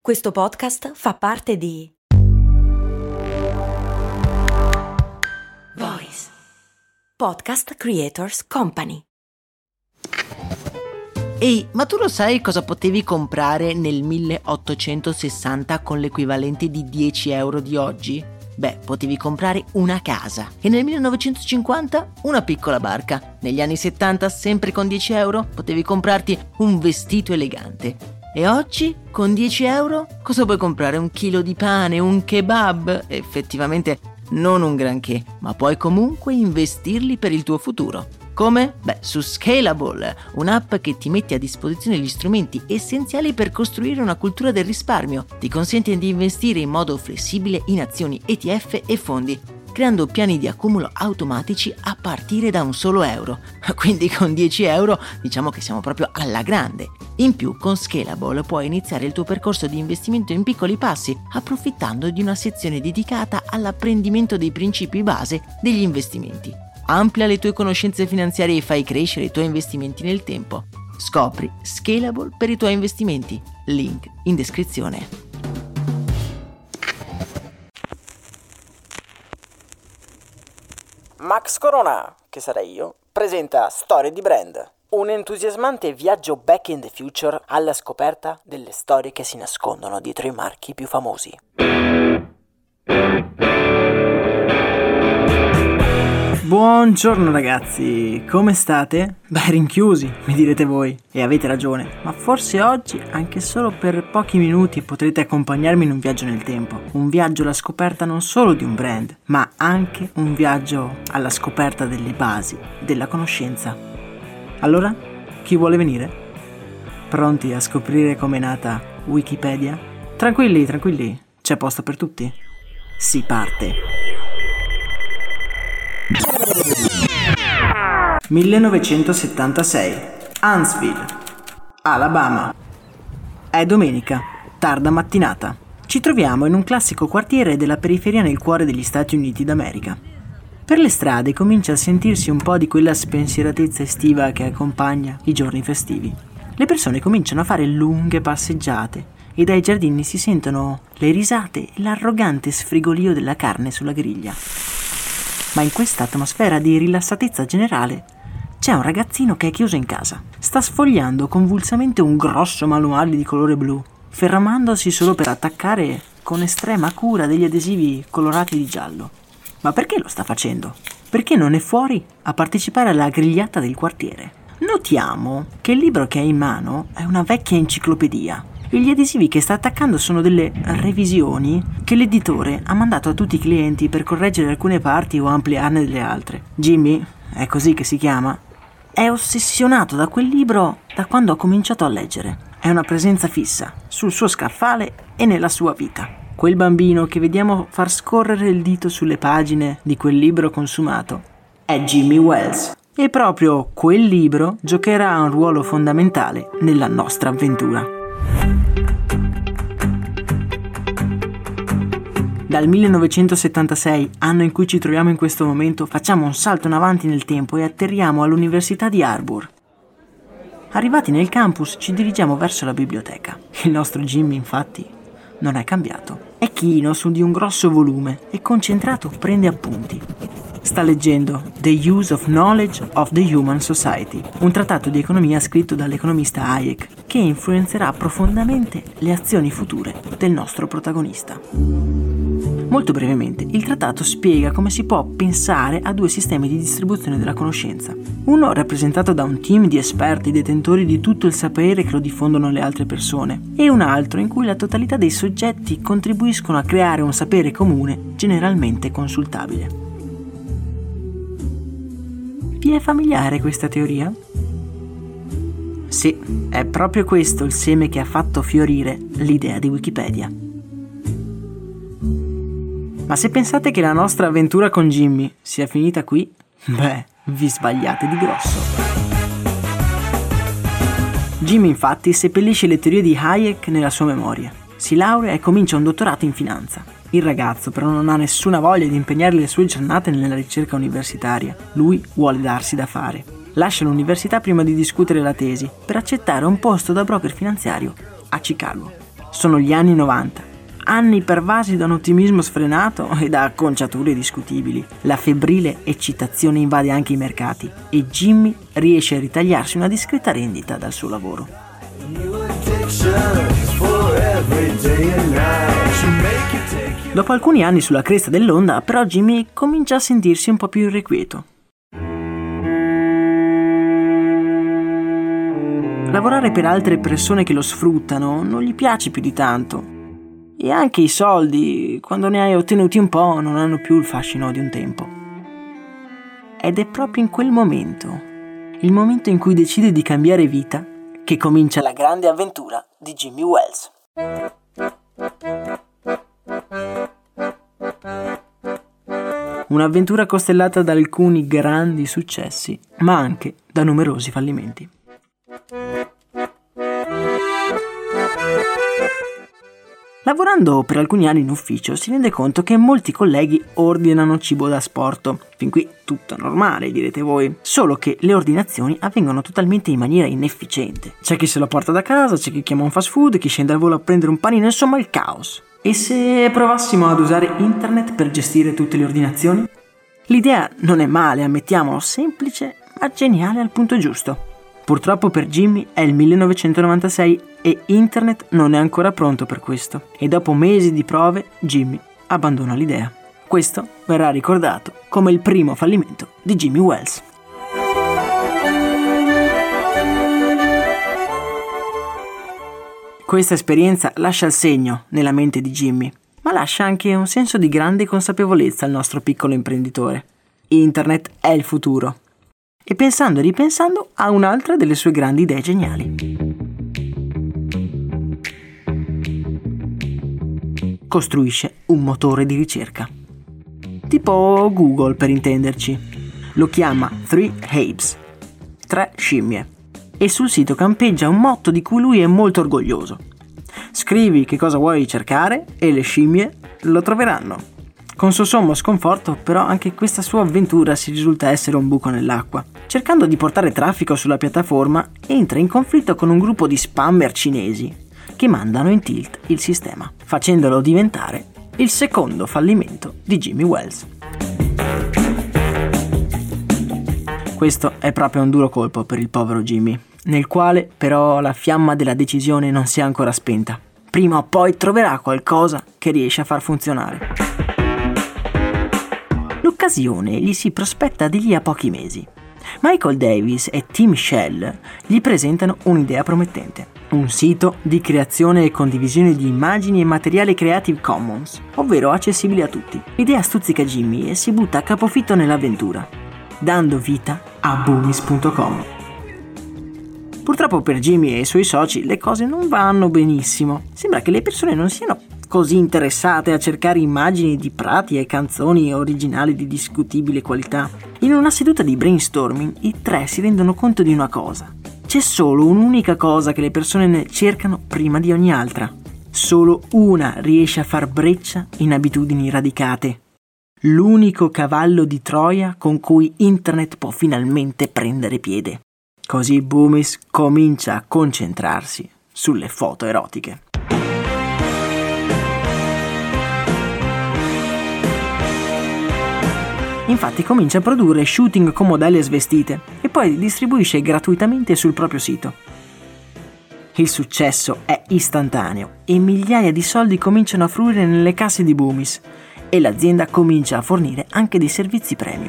Questo podcast fa parte di Voice Podcast Creators Company. Ehi, ma tu lo sai cosa potevi comprare nel 1860 con l'equivalente di 10 euro di oggi? Beh, potevi comprare una casa e nel 1950 una piccola barca. Negli anni 70, sempre con 10 euro, potevi comprarti un vestito elegante. E oggi, con 10 euro, cosa puoi comprare? Un chilo di pane, un kebab? Effettivamente non un granché, ma puoi comunque investirli per il tuo futuro. Come? Beh, su Scalable, un'app che ti mette a disposizione gli strumenti essenziali per costruire una cultura del risparmio. Ti consente di investire in modo flessibile in azioni, ETF e fondi, creando piani di accumulo automatici a partire da un solo euro. Quindi con 10 euro diciamo che siamo proprio alla grande. In più, con Scalable puoi iniziare il tuo percorso di investimento in piccoli passi, approfittando di una sezione dedicata all'apprendimento dei principi base degli investimenti. Amplia le tue conoscenze finanziarie e fai crescere i tuoi investimenti nel tempo. Scopri Scalable per i tuoi investimenti. Link in descrizione. Max Corona, che sarei io, presenta Storie di Brand, un entusiasmante viaggio back in the future alla scoperta delle storie che si nascondono dietro i marchi più famosi. Buongiorno ragazzi, come state? Beh, rinchiusi, mi direte voi, e avete ragione, ma forse oggi, anche solo per pochi minuti, potrete accompagnarmi in un viaggio nel tempo. Un viaggio alla scoperta non solo di un brand, ma anche un viaggio alla scoperta delle basi della conoscenza. Allora, chi vuole venire? Pronti a scoprire com'è nata Wikipedia? Tranquilli, c'è posto per tutti? Si parte! 1976, Huntsville, Alabama. È domenica, tarda mattinata. Ci troviamo in un classico quartiere della periferia nel cuore degli Stati Uniti d'America. Per le strade comincia a sentirsi un po' di quella spensieratezza estiva che accompagna i giorni festivi. Le persone cominciano a fare lunghe passeggiate e dai giardini si sentono le risate e l'arrogante sfrigolio della carne sulla griglia. Ma in questa atmosfera di rilassatezza generale c'è un ragazzino che è chiuso in casa. Sta sfogliando convulsamente un grosso manuale di colore blu, fermandosi solo per attaccare con estrema cura degli adesivi colorati di giallo. Ma perché lo sta facendo? Perché non è fuori a partecipare alla grigliata del quartiere? Notiamo che il libro che ha in mano è una vecchia enciclopedia. E gli adesivi che sta attaccando sono delle revisioni che l'editore ha mandato a tutti i clienti per correggere alcune parti o ampliarne delle altre. Jimmy, è così che si chiama, è ossessionato da quel libro da quando ha cominciato a leggere. È una presenza fissa sul suo scaffale e nella sua vita. Quel bambino che vediamo far scorrere il dito sulle pagine di quel libro consumato è Jimmy Wells. E proprio quel libro giocherà un ruolo fondamentale nella nostra avventura. Dal 1976, anno in cui ci troviamo in questo momento, facciamo un salto in avanti nel tempo e atterriamo all'Università di Harvard. Arrivati nel campus, ci dirigiamo verso la biblioteca. Il nostro Jimmy, infatti, non è cambiato. È chino su di un grosso volume e concentrato prende appunti. Sta leggendo The Use of Knowledge of the Human Society, un trattato di economia scritto dall'economista Hayek che influenzerà profondamente le azioni future del nostro protagonista. Molto brevemente, il trattato spiega come si può pensare a due sistemi di distribuzione della conoscenza. Uno rappresentato da un team di esperti detentori di tutto il sapere che lo diffondono alle altre persone, e un altro in cui la totalità dei soggetti contribuiscono a creare un sapere comune generalmente consultabile. Vi è familiare questa teoria? Sì, è proprio questo il seme che ha fatto fiorire l'idea di Wikipedia. Ma se pensate che la nostra avventura con Jimmy sia finita qui, beh, vi sbagliate di grosso. Jimmy infatti seppellisce le teorie di Hayek nella sua memoria. Si laurea e comincia un dottorato in finanza. Il ragazzo però non ha nessuna voglia di impegnare le sue giornate nella ricerca universitaria. Lui vuole darsi da fare. Lascia l'università prima di discutere la tesi per accettare un posto da broker finanziario a Chicago. Sono gli anni 90, anni pervasi da un ottimismo sfrenato e da acconciature discutibili. La febbrile eccitazione invade anche i mercati e Jimmy riesce a ritagliarsi una discreta rendita dal suo lavoro. Dopo alcuni anni sulla cresta dell'onda, però Jimmy comincia a sentirsi un po' più irrequieto. Lavorare per altre persone che lo sfruttano non gli piace più di tanto. E anche i soldi, quando ne hai ottenuti un po', non hanno più il fascino di un tempo. Ed è proprio in quel momento, il momento in cui decide di cambiare vita, che comincia la grande avventura di Jimmy Wales. Un'avventura costellata da alcuni grandi successi, ma anche da numerosi fallimenti. Lavorando per alcuni anni in ufficio si rende conto che molti colleghi ordinano cibo da asporto. Fin qui tutto normale, direte voi, solo che le ordinazioni avvengono totalmente in maniera inefficiente. C'è chi se lo porta da casa, c'è chi chiama un fast food, chi scende al volo a prendere un panino, insomma il caos. E se provassimo ad usare internet per gestire tutte le ordinazioni? L'idea non è male, ammettiamolo, semplice ma geniale al punto giusto. Purtroppo per Jimmy è il 1996 e internet non è ancora pronto per questo. E dopo mesi di prove, Jimmy abbandona l'idea. Questo verrà ricordato come il primo fallimento di Jimmy Wales. Questa esperienza lascia il segno nella mente di Jimmy, ma lascia anche un senso di grande consapevolezza al nostro piccolo imprenditore. Internet è il futuro. E pensando e ripensando a un'altra delle sue grandi idee geniali. Costruisce un motore di ricerca. Tipo Google per intenderci. Lo chiama Three Apes, 3 scimmie. E sul sito campeggia un motto di cui lui è molto orgoglioso. Scrivi che cosa vuoi cercare e le scimmie lo troveranno. Con suo sommo sconforto, però, anche questa sua avventura si risulta essere un buco nell'acqua. Cercando di portare traffico sulla piattaforma, entra in conflitto con un gruppo di spammer cinesi che mandano in tilt il sistema, facendolo diventare il secondo fallimento di Jimmy Wales. Questo è proprio un duro colpo per il povero Jimmy, nel quale però la fiamma della decisione non si è ancora spenta. Prima o poi troverà qualcosa che riesce a far funzionare. L'occasione gli si prospetta di lì a pochi mesi. Michael Davis e Tim Shell gli presentano un'idea promettente. Un sito di creazione e condivisione di immagini e materiale Creative Commons, ovvero accessibile a tutti. L'idea stuzzica Jimmy e si butta a capofitto nell'avventura, dando vita a Boomis.com. Purtroppo per Jimmy e i suoi soci le cose non vanno benissimo. Sembra che le persone non siano così interessate a cercare immagini di prati e canzoni originali di discutibile qualità. In una seduta di brainstorming i 3 si rendono conto di una cosa. C'è solo un'unica cosa che le persone ne cercano prima di ogni altra. Solo una riesce a far breccia in abitudini radicate. L'unico cavallo di Troia con cui internet può finalmente prendere piede. Così Boomis comincia a concentrarsi sulle foto erotiche. Infatti comincia a produrre shooting con modelle svestite e poi li distribuisce gratuitamente sul proprio sito. Il successo è istantaneo e migliaia di soldi cominciano a fluire nelle casse di Boomis e l'azienda comincia a fornire anche dei servizi premium.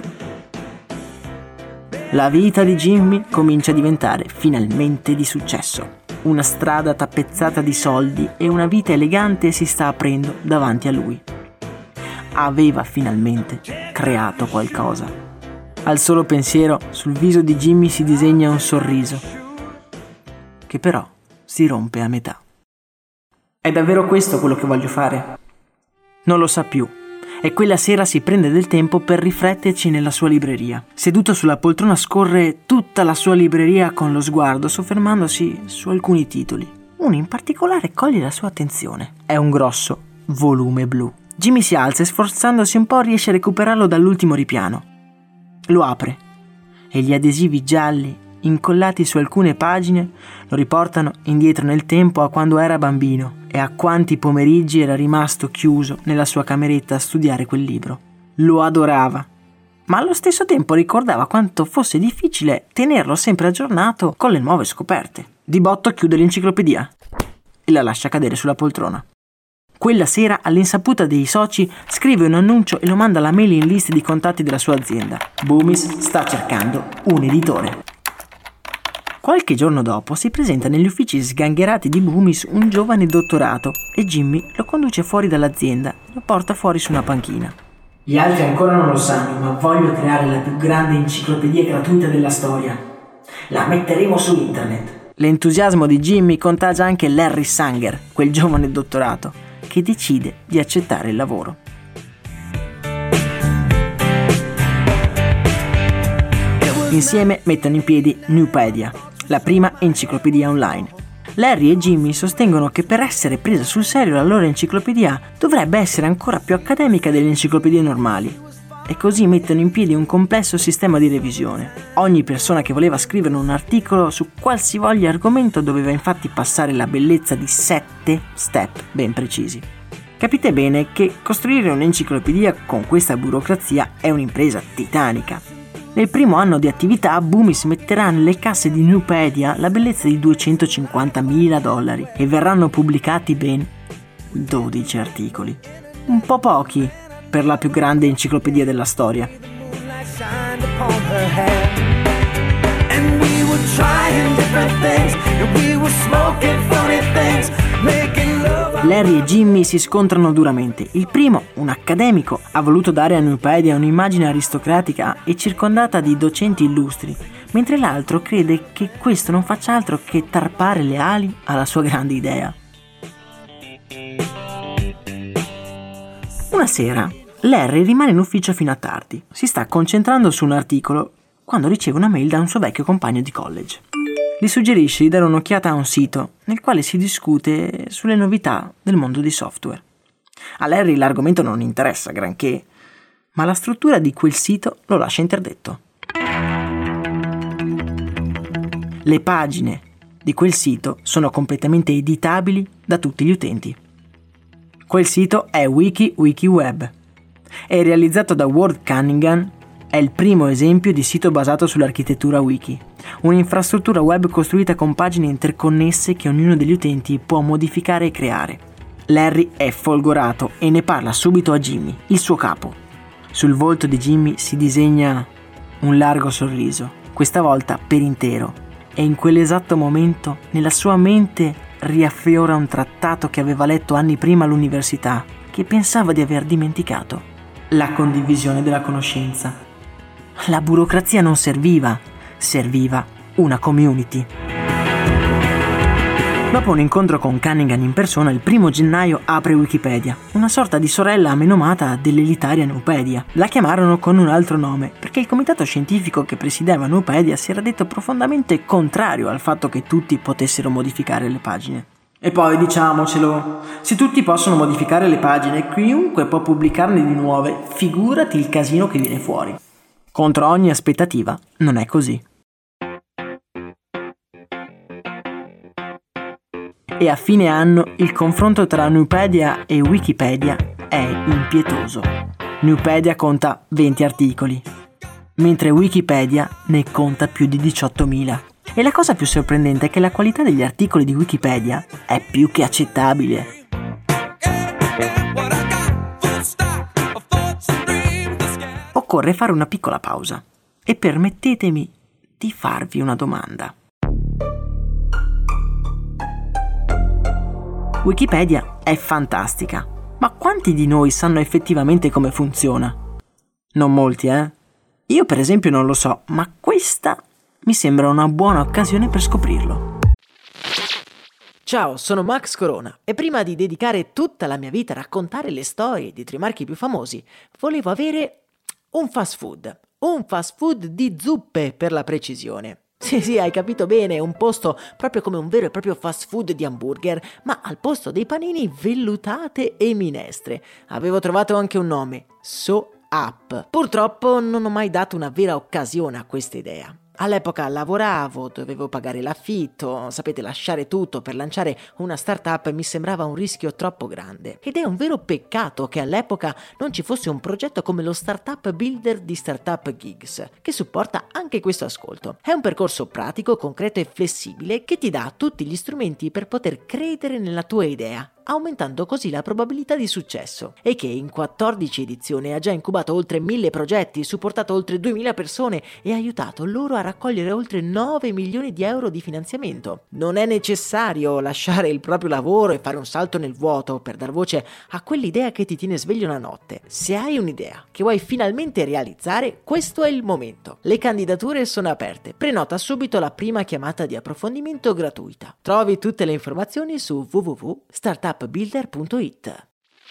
La vita di Jimmy comincia a diventare finalmente di successo. Una strada tappezzata di soldi e una vita elegante si sta aprendo davanti a lui. Aveva finalmente creato qualcosa. Al solo pensiero, sul viso di Jimmy si disegna un sorriso, che però si rompe a metà. È davvero questo quello che voglio fare? Non lo sa più. E quella sera si prende del tempo per rifletterci nella sua libreria. Seduto sulla poltrona scorre tutta la sua libreria con lo sguardo, soffermandosi su alcuni titoli. Uno in particolare coglie la sua attenzione. È un grosso volume blu. Jimmy si alza e sforzandosi un po' riesce a recuperarlo dall'ultimo ripiano. Lo apre e gli adesivi gialli incollati su alcune pagine, lo riportano indietro nel tempo a quando era bambino e a quanti pomeriggi era rimasto chiuso nella sua cameretta a studiare quel libro. Lo adorava, ma allo stesso tempo ricordava quanto fosse difficile tenerlo sempre aggiornato con le nuove scoperte. Di botto chiude l'enciclopedia e la lascia cadere sulla poltrona. Quella sera, all'insaputa dei soci, scrive un annuncio e lo manda alla mailing list di contatti della sua azienda. Boomis sta cercando un editore. Qualche giorno dopo si presenta negli uffici sgangherati di Boomis un giovane dottorato e Jimmy lo conduce fuori dall'azienda e lo porta fuori su una panchina. Gli altri ancora non lo sanno, ma voglio creare la più grande enciclopedia gratuita della storia. La metteremo su internet. L'entusiasmo di Jimmy contagia anche Larry Sanger, quel giovane dottorato, che decide di accettare il lavoro. Insieme mettono in piedi Nupedia, la prima enciclopedia online. Larry e Jimmy sostengono che per essere presa sul serio la loro enciclopedia dovrebbe essere ancora più accademica delle enciclopedie normali. E così mettono in piedi un complesso sistema di revisione. Ogni persona che voleva scrivere un articolo su qualsivoglia argomento doveva infatti passare la bellezza di 7 step ben precisi. Capite bene che costruire un'enciclopedia con questa burocrazia è un'impresa titanica. Nel primo anno di attività, Boomis metterà nelle casse di Nupedia la bellezza di $250.000 e verranno pubblicati ben 12 articoli. Un po' pochi per la più grande enciclopedia della storia. Larry e Jimmy si scontrano duramente. Il primo, un accademico, ha voluto dare a Nupedia un'immagine aristocratica e circondata di docenti illustri, mentre l'altro crede che questo non faccia altro che tarpare le ali alla sua grande idea. Una sera, Larry rimane in ufficio fino a tardi. Si sta concentrando su un articolo quando riceve una mail da un suo vecchio compagno di college. Gli suggerisce di dare un'occhiata a un sito nel quale si discute sulle novità del mondo dei software. A Larry l'argomento non interessa granché, ma la struttura di quel sito lo lascia interdetto. Le pagine di quel sito sono completamente editabili da tutti gli utenti. Quel sito è WikiWeb. È realizzato da Ward Cunningham. È il primo esempio di sito basato sull'architettura wiki, un'infrastruttura web costruita con pagine interconnesse che ognuno degli utenti può modificare e creare. Larry è folgorato e ne parla subito a Jimmy, il suo capo. Sul volto di Jimmy si disegna un largo sorriso, questa volta per intero, e in quell'esatto momento nella sua mente riaffiora un trattato che aveva letto anni prima all'università, che pensava di aver dimenticato: la condivisione della conoscenza. La burocrazia non serviva una community. Dopo un incontro con Cunningham in persona, il 1 gennaio apre Wikipedia, una sorta di sorella amenomata dell'elitaria Nupedia. La chiamarono con un altro nome, perché il comitato scientifico che presiedeva Nupedia si era detto profondamente contrario al fatto che tutti potessero modificare le pagine. E poi, diciamocelo, se tutti possono modificare le pagine, chiunque può pubblicarne di nuove, figurati il casino che viene fuori. Contro ogni aspettativa, non è così. E a fine anno il confronto tra Nupedia e Wikipedia è impietoso. Nupedia conta 20 articoli, mentre Wikipedia ne conta più di 18.000. E la cosa più sorprendente è che la qualità degli articoli di Wikipedia è più che accettabile. Occorre fare una piccola pausa e permettetemi di farvi una domanda. Wikipedia è fantastica, ma quanti di noi sanno effettivamente come funziona? Non molti, eh? Io per esempio non lo so, ma questa mi sembra una buona occasione per scoprirlo. Ciao, sono Max Corona e prima di dedicare tutta la mia vita a raccontare le storie di tre marchi più famosi, volevo avere un fast food di zuppe per la precisione. Sì, hai capito bene, un posto proprio come un vero e proprio fast food di hamburger, ma al posto dei panini vellutate e minestre. Avevo trovato anche un nome, So Up. Purtroppo non ho mai dato una vera occasione a questa idea. All'epoca lavoravo, dovevo pagare l'affitto, sapete, lasciare tutto per lanciare una startup mi sembrava un rischio troppo grande. Ed è un vero peccato che all'epoca non ci fosse un progetto come lo Startup Builder di Startup Gigs, che supporta anche questo ascolto. È un percorso pratico, concreto e flessibile che ti dà tutti gli strumenti per poter credere nella tua idea, aumentando così la probabilità di successo, e che in 14 edizioni ha già incubato oltre 1000 progetti, supportato oltre 2000 persone e aiutato loro a raccogliere oltre 9 milioni di euro di finanziamento. Non è necessario lasciare il proprio lavoro e fare un salto nel vuoto per dar voce a quell'idea che ti tiene sveglio la notte. Se hai un'idea che vuoi finalmente realizzare, questo è il momento. Le candidature sono aperte. Prenota subito la prima chiamata di approfondimento gratuita. Trovi tutte le informazioni su www.startupbuilder.it.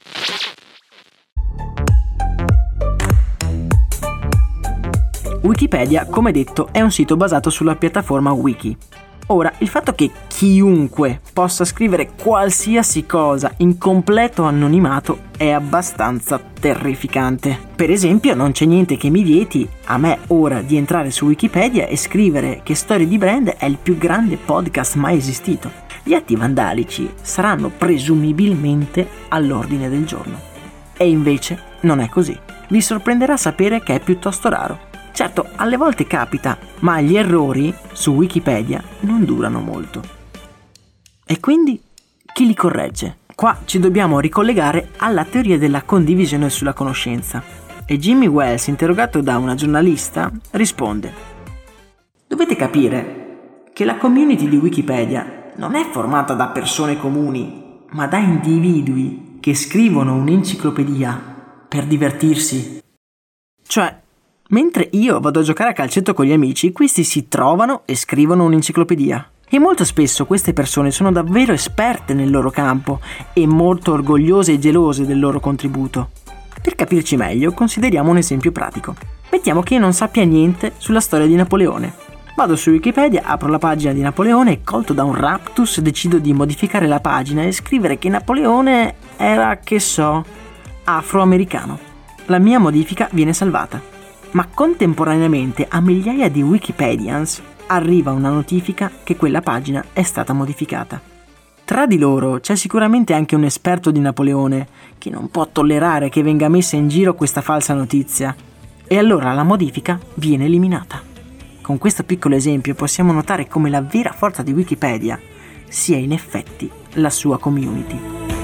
Wikipedia, come detto, è un sito basato sulla piattaforma Wiki. Ora, il fatto che chiunque possa scrivere qualsiasi cosa in completo anonimato è abbastanza terrificante. Per esempio, non c'è niente che mi vieti a me ora di entrare su Wikipedia e scrivere che Storie di Brand è il più grande podcast mai esistito. Gli atti vandalici saranno presumibilmente all'ordine del giorno. E invece non è così. Vi sorprenderà sapere che è piuttosto raro. Certo, alle volte capita, ma gli errori su Wikipedia non durano molto. E quindi chi li corregge? Qua ci dobbiamo ricollegare alla teoria della condivisione sulla conoscenza. E Jimmy Wales, interrogato da una giornalista, risponde: dovete capire che la community di Wikipedia non è formata da persone comuni, ma da individui che scrivono un'enciclopedia per divertirsi. Cioè, mentre io vado a giocare a calcetto con gli amici, questi si trovano e scrivono un'enciclopedia. E molto spesso queste persone sono davvero esperte nel loro campo e molto orgogliose e gelose del loro contributo. Per capirci meglio, consideriamo un esempio pratico. Mettiamo che io non sappia niente sulla storia di Napoleone. Vado su Wikipedia, apro la pagina di Napoleone e, colto da un raptus, decido di modificare la pagina e scrivere che Napoleone era, che so, afroamericano. La mia modifica viene salvata. Ma contemporaneamente a migliaia di Wikipedians arriva una notifica che quella pagina è stata modificata. Tra di loro c'è sicuramente anche un esperto di Napoleone che non può tollerare che venga messa in giro questa falsa notizia, e allora la modifica viene eliminata. Con questo piccolo esempio possiamo notare come la vera forza di Wikipedia sia in effetti la sua community.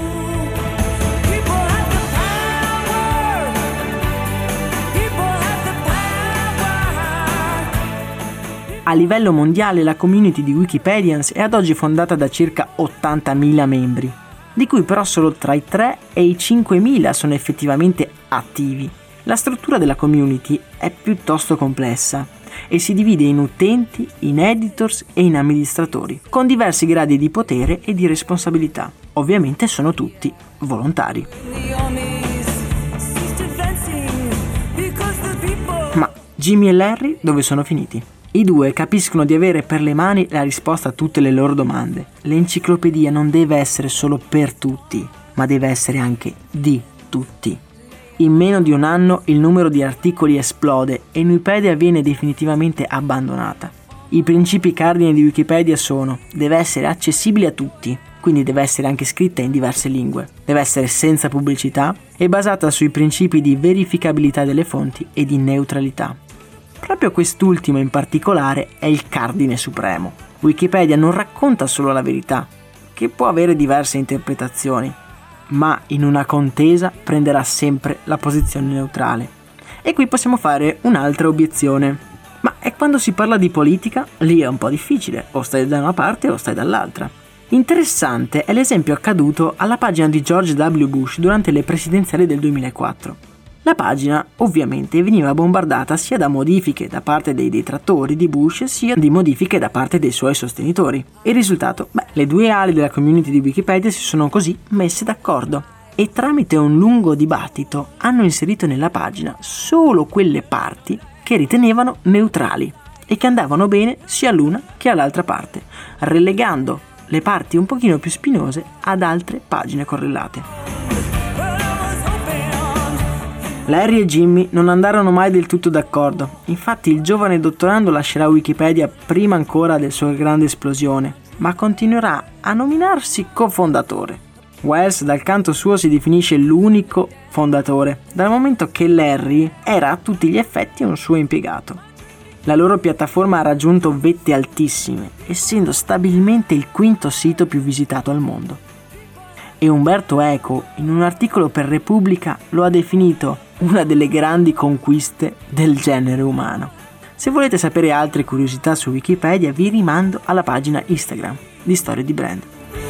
A livello mondiale la community di Wikipedians è ad oggi fondata da circa 80.000 membri, di cui però solo tra i 3 e i 5.000 sono effettivamente attivi. La struttura della community è piuttosto complessa e si divide in utenti, in editors e in amministratori, con diversi gradi di potere e di responsabilità. Ovviamente sono tutti volontari. Ma Jimmy e Larry dove sono finiti? I due capiscono di avere per le mani la risposta a tutte le loro domande. L'enciclopedia non deve essere solo per tutti, ma deve essere anche di tutti. In meno di un anno il numero di articoli esplode e Wikipedia viene definitivamente abbandonata. I principi cardine di Wikipedia sono: deve essere accessibile a tutti, quindi deve essere anche scritta in diverse lingue, deve essere senza pubblicità e basata sui principi di verificabilità delle fonti e di neutralità. Proprio quest'ultimo in particolare è il cardine supremo. Wikipedia non racconta solo la verità, che può avere diverse interpretazioni, ma in una contesa prenderà sempre la posizione neutrale. E qui possiamo fare un'altra obiezione. Ma è quando si parla di politica, lì è un po' difficile, o stai da una parte o stai dall'altra. Interessante è l'esempio accaduto alla pagina di George W. Bush durante le presidenziali del 2004. La pagina ovviamente veniva bombardata sia da modifiche da parte dei detrattori di Bush sia di modifiche da parte dei suoi sostenitori. Il risultato? Le due ali della community di Wikipedia si sono così messe d'accordo e tramite un lungo dibattito hanno inserito nella pagina solo quelle parti che ritenevano neutrali e che andavano bene sia all'una che all'altra parte, relegando le parti un pochino più spinose ad altre pagine correlate. Larry e Jimmy non andarono mai del tutto d'accordo, infatti il giovane dottorando lascerà Wikipedia prima ancora del suo grande esplosione, ma continuerà a nominarsi cofondatore. Wells dal canto suo si definisce l'unico fondatore, dal momento che Larry era a tutti gli effetti un suo impiegato. La loro piattaforma ha raggiunto vette altissime, essendo stabilmente il quinto sito più visitato al mondo. E Umberto Eco, in un articolo per Repubblica, lo ha definito una delle grandi conquiste del genere umano. Se volete sapere altre curiosità su Wikipedia, vi rimando alla pagina Instagram di Storie di Brand.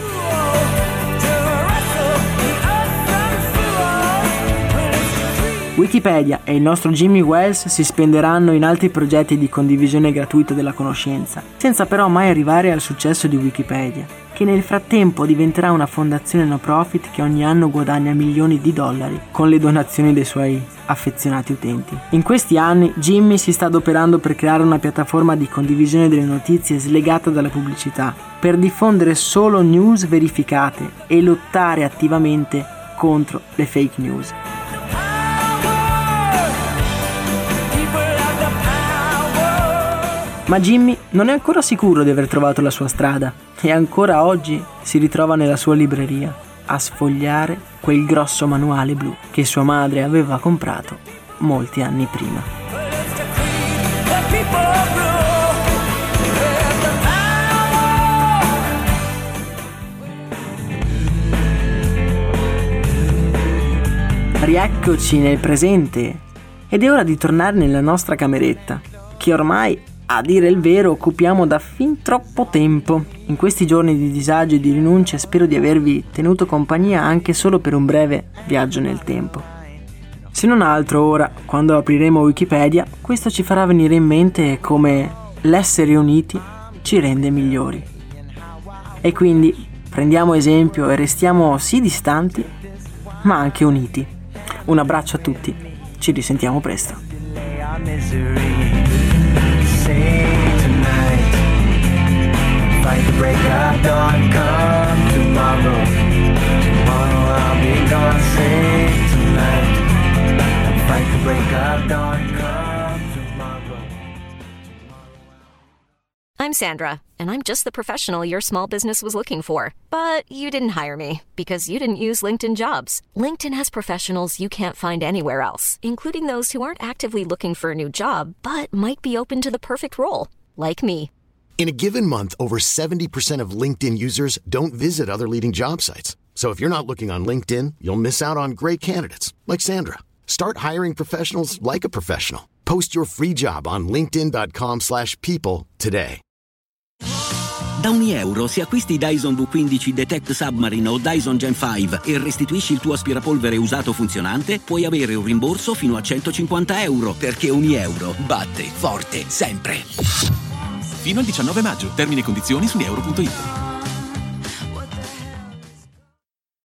Wikipedia e il nostro Jimmy Wales si spenderanno in altri progetti di condivisione gratuita della conoscenza, senza però mai arrivare al successo di Wikipedia, che nel frattempo diventerà una fondazione no profit che ogni anno guadagna milioni di dollari con le donazioni dei suoi affezionati utenti. In questi anni Jimmy si sta adoperando per creare una piattaforma di condivisione delle notizie slegata dalla pubblicità, per diffondere solo news verificate e lottare attivamente contro le fake news. Ma Jimmy non è ancora sicuro di aver trovato la sua strada e ancora oggi si ritrova nella sua libreria a sfogliare quel grosso manuale blu che sua madre aveva comprato molti anni prima. Rieccoci nel presente ed è ora di tornare nella nostra cameretta, che ormai, a dire il vero, occupiamo da fin troppo tempo. In questi giorni di disagio e di rinuncia spero di avervi tenuto compagnia anche solo per un breve viaggio nel tempo. Se non altro ora, quando apriremo Wikipedia, questo ci farà venire in mente come l'essere uniti ci rende migliori. E quindi prendiamo esempio e restiamo sì distanti, ma anche uniti. Un abbraccio a tutti, ci risentiamo presto. Fight the break of dawn, come tomorrow. Tomorrow I'll be gone, sing tonight. Fight the break of dawn, come tomorrow. I'm Sandra, and I'm just the professional your small business was looking for. But you didn't hire me because you didn't use LinkedIn Jobs. LinkedIn has professionals you can't find anywhere else, including those who aren't actively looking for a new job, but might be open to the perfect role, like me. In a given month, over 70% of LinkedIn users don't visit other leading job sites. So if you're not looking on LinkedIn, you'll miss out on great candidates like Sandra. Start hiring professionals like a professional. Post your free job on linkedin.com/people today. Da €1 se acquisti Dyson V15 Detect Submarine o Dyson Gen 5 e restituisci il tuo aspirapolvere usato funzionante, puoi avere un rimborso fino a €150, perché €1 batte forte sempre. Fino al 19 maggio. Termini e condizioni su euro.it.